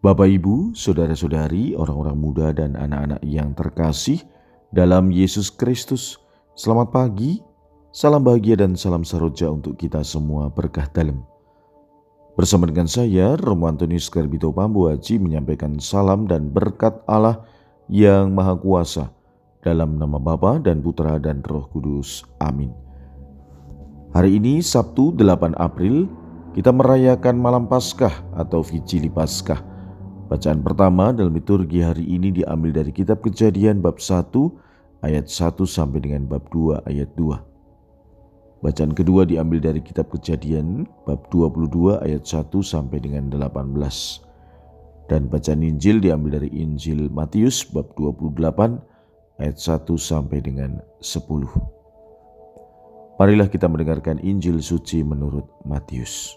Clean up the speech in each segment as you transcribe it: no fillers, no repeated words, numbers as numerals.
Bapak, Ibu, saudara-saudari, orang-orang muda dan anak-anak yang terkasih dalam Yesus Kristus, selamat pagi, salam bahagia dan salam saroja untuk kita semua berkah dalam. Bersama dengan saya, Romo Antonius Garbito Pambuaji menyampaikan salam dan berkat Allah yang Maha Kuasa dalam nama Bapa dan Putra dan Roh Kudus. Amin. Hari ini Sabtu 8 April, kita merayakan malam Paskah atau Vigili Paskah. Bacaan pertama dalam liturgi hari ini diambil dari kitab Kejadian bab 1 ayat 1 sampai dengan bab 2 ayat 2. Bacaan kedua diambil dari kitab Kejadian bab 22 ayat 1 sampai dengan 18. Dan bacaan Injil diambil dari Injil Matius bab 28 ayat 1 sampai dengan 10. Marilah kita mendengarkan Injil suci menurut Matius.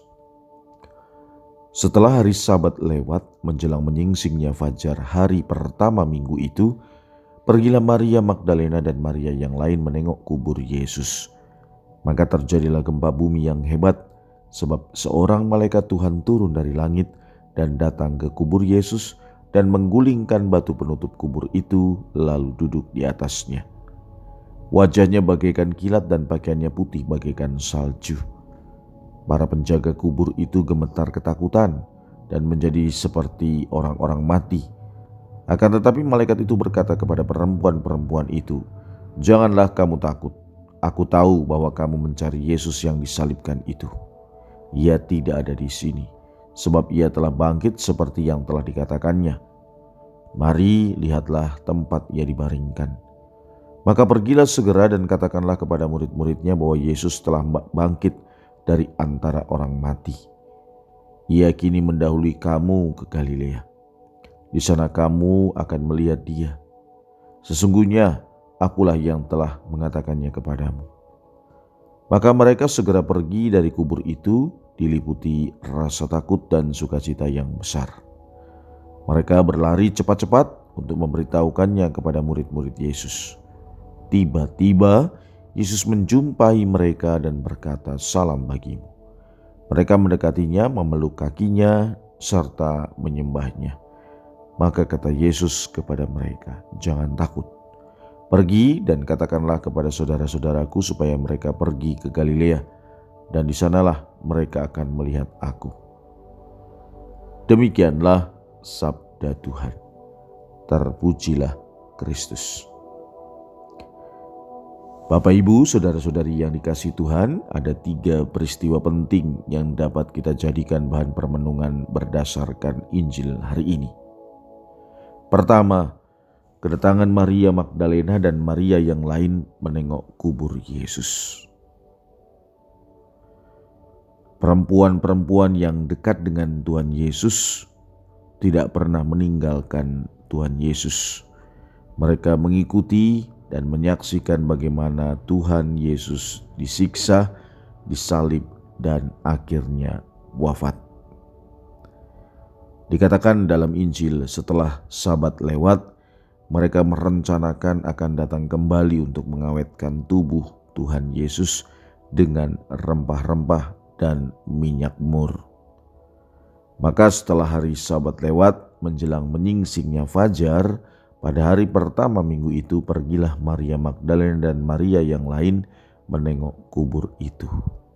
Setelah hari Sabat lewat menjelang menyingsingnya fajar hari pertama minggu itu, pergilah Maria Magdalena dan Maria yang lain menengok kubur Yesus. Maka terjadilah gempa bumi yang hebat, sebab seorang malaikat Tuhan turun dari langit dan datang ke kubur Yesus dan menggulingkan batu penutup kubur itu lalu duduk di atasnya. Wajahnya bagaikan kilat dan pakaiannya putih bagaikan salju. Para penjaga kubur itu gemetar ketakutan dan menjadi seperti orang-orang mati. Akan tetapi malaikat itu berkata kepada perempuan-perempuan itu, "Janganlah kamu takut. Aku tahu bahwa kamu mencari Yesus yang disalibkan itu. Ia tidak ada di sini, sebab ia telah bangkit seperti yang telah dikatakannya. Mari, lihatlah tempat ia dibaringkan. Maka pergilah segera dan katakanlah kepada murid-muridnya bahwa Yesus telah bangkit dari antara orang mati. Ia kini mendahului kamu ke Galilea. Di sana kamu akan melihat dia. Sesungguhnya akulah yang telah mengatakannya kepadamu." Maka mereka segera pergi dari kubur itu, diliputi rasa takut dan sukacita yang besar. Mereka berlari cepat-cepat untuk memberitahukannya kepada murid-murid Yesus. Tiba-tiba Yesus menjumpai mereka dan berkata, "Salam bagimu." Mereka mendekatinya, memeluk kakinya, serta menyembahnya. Maka kata Yesus kepada mereka, "Jangan takut. Pergi dan katakanlah kepada saudara-saudaraku supaya mereka pergi ke Galilea, dan di sanalah mereka akan melihat aku." Demikianlah sabda Tuhan. Terpujilah Kristus. Bapak, Ibu, saudara-saudari yang dikasihi Tuhan, ada 3 peristiwa penting yang dapat kita jadikan bahan permenungan berdasarkan Injil hari ini. Pertama, kedatangan Maria Magdalena dan Maria yang lain menengok kubur Yesus. Perempuan-perempuan yang dekat dengan Tuhan Yesus tidak pernah meninggalkan Tuhan Yesus. Mereka mengikuti dan menyaksikan bagaimana Tuhan Yesus disiksa, disalib, dan akhirnya wafat. Dikatakan dalam Injil, setelah Sabat lewat, mereka merencanakan akan datang kembali untuk mengawetkan tubuh Tuhan Yesus dengan rempah-rempah dan minyak mur. Maka setelah hari Sabat lewat, menjelang menyingsingnya fajar, pada hari pertama minggu itu pergilah Maria Magdalena dan Maria yang lain menengok kubur itu.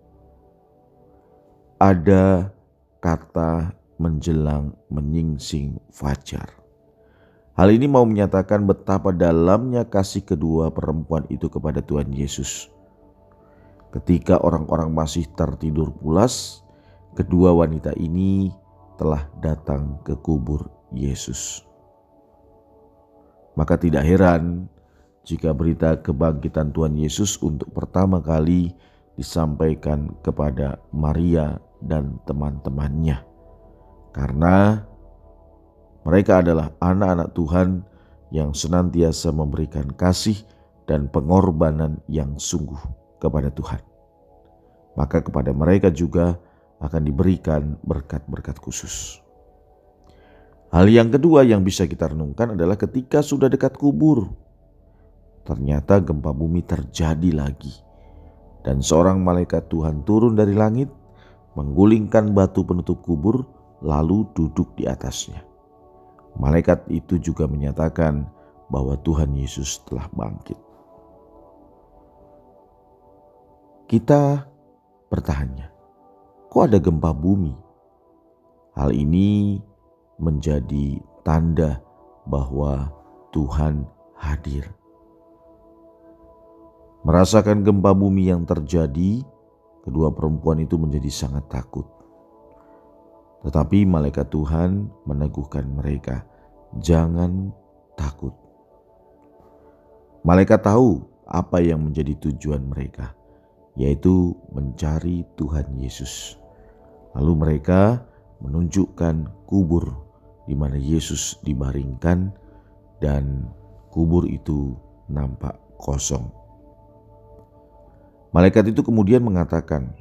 Ada kata menjelang menyingsing fajar. Hal ini mau menyatakan betapa dalamnya kasih kedua perempuan itu kepada Tuhan Yesus. Ketika orang-orang masih tertidur pulas, kedua wanita ini telah datang ke kubur Yesus. Maka tidak heran jika berita kebangkitan Tuhan Yesus untuk pertama kali disampaikan kepada Maria dan teman-temannya. Karena mereka adalah anak-anak Tuhan yang senantiasa memberikan kasih dan pengorbanan yang sungguh kepada Tuhan. Maka kepada mereka juga akan diberikan berkat-berkat khusus. Hal yang kedua yang bisa kita renungkan adalah ketika sudah dekat kubur, ternyata gempa bumi terjadi lagi. Dan seorang malaikat Tuhan turun dari langit, menggulingkan batu penutup kubur, lalu duduk di atasnya. Malaikat itu juga menyatakan bahwa Tuhan Yesus telah bangkit. Kita bertanya, kok ada gempa bumi? Hal ini menjadi tanda bahwa Tuhan hadir. Merasakan gempa bumi yang terjadi, kedua perempuan itu menjadi sangat takut. Tetapi malaikat Tuhan meneguhkan mereka, jangan takut. Malaikat tahu apa yang menjadi tujuan mereka, yaitu mencari Tuhan Yesus. Lalu mereka menunjukkan kubur di mana Yesus dibaringkan dan kubur itu nampak kosong. Malaikat itu kemudian mengatakan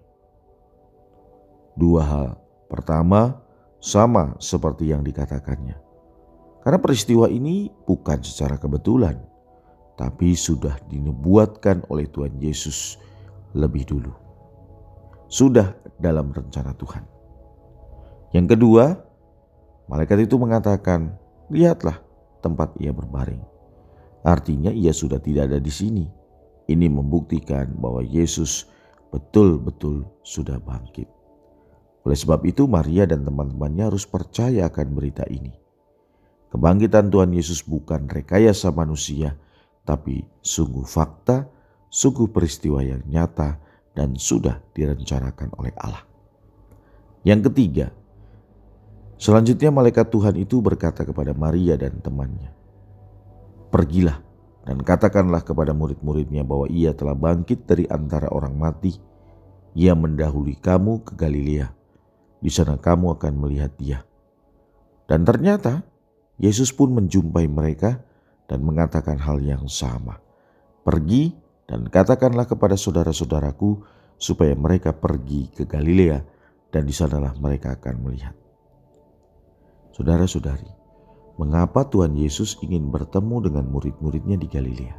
dua hal. Pertama, sama seperti yang dikatakannya. Karena peristiwa ini bukan secara kebetulan, tapi sudah dinubuatkan oleh Tuhan Yesus lebih dulu. Sudah dalam rencana Tuhan. Yang kedua, malaikat itu mengatakan, lihatlah tempat ia berbaring. Artinya ia sudah tidak ada di sini. Ini membuktikan bahwa Yesus betul-betul sudah bangkit. Oleh sebab itu Maria dan teman-temannya harus percaya akan berita ini. Kebangkitan Tuhan Yesus bukan rekayasa manusia, tapi sungguh fakta, sungguh peristiwa yang nyata dan sudah direncanakan oleh Allah. Yang ketiga, selanjutnya malaikat Tuhan itu berkata kepada Maria dan temannya, pergilah dan katakanlah kepada murid-muridnya bahwa ia telah bangkit dari antara orang mati. Ia mendahului kamu ke Galilea. Di sana kamu akan melihat dia. Dan ternyata Yesus pun menjumpai mereka dan mengatakan hal yang sama. Pergi dan katakanlah kepada saudara-saudaraku supaya mereka pergi ke Galilea dan di sanalah mereka akan melihat. Saudara-saudari, mengapa Tuhan Yesus ingin bertemu dengan murid-muridnya di Galilea?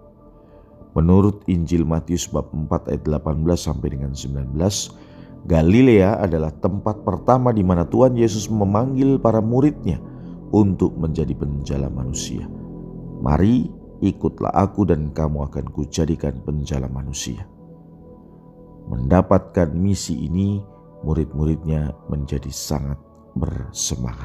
Menurut Injil Matius bab 4 ayat 18 sampai dengan 19, Galilea adalah tempat pertama di mana Tuhan Yesus memanggil para muridnya untuk menjadi penjala manusia. Mari ikutlah aku dan kamu akan kujadikan penjala manusia. Mendapatkan misi ini, murid-muridnya menjadi sangat bersemangat.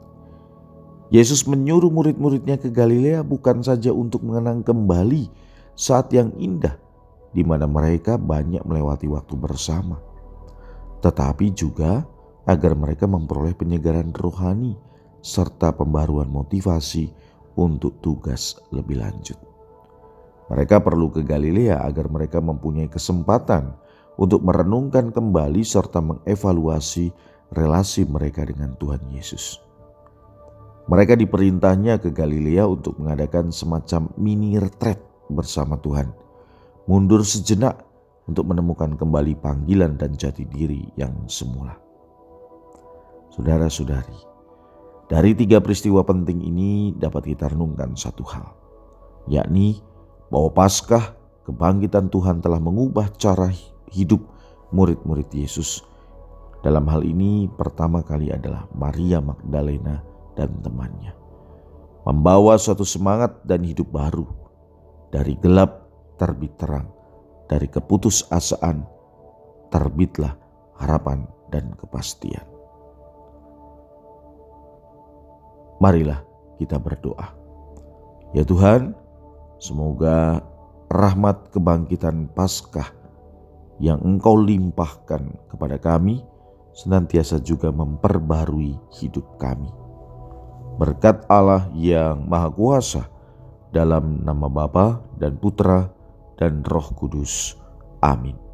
Yesus menyuruh murid-muridnya ke Galilea bukan saja untuk mengenang kembali saat yang indah di mana mereka banyak melewati waktu bersama, tetapi juga agar mereka memperoleh penyegaran rohani serta pembaruan motivasi untuk tugas lebih lanjut. Mereka perlu ke Galilea agar mereka mempunyai kesempatan untuk merenungkan kembali serta mengevaluasi relasi mereka dengan Tuhan Yesus. Mereka diperintahnya ke Galilea untuk mengadakan semacam mini retret bersama Tuhan, mundur sejenak untuk menemukan kembali panggilan dan jati diri yang semula. Saudara-saudari, dari 3 peristiwa penting ini dapat kita renungkan satu hal, yakni bahwa Paskah kebangkitan Tuhan telah mengubah cara hidup murid-murid Yesus. Dalam hal ini pertama kali adalah Maria Magdalena dan temannya, membawa suatu semangat dan hidup baru. Dari gelap terbit terang, dari keputusasaan terbitlah harapan dan kepastian. Marilah kita berdoa. Ya Tuhan, semoga rahmat kebangkitan Paskah yang Engkau limpahkan kepada kami senantiasa juga memperbarui hidup kami. Berkat Allah yang Maha Kuasa, dalam nama Bapa dan Putra dan Roh Kudus. Amin.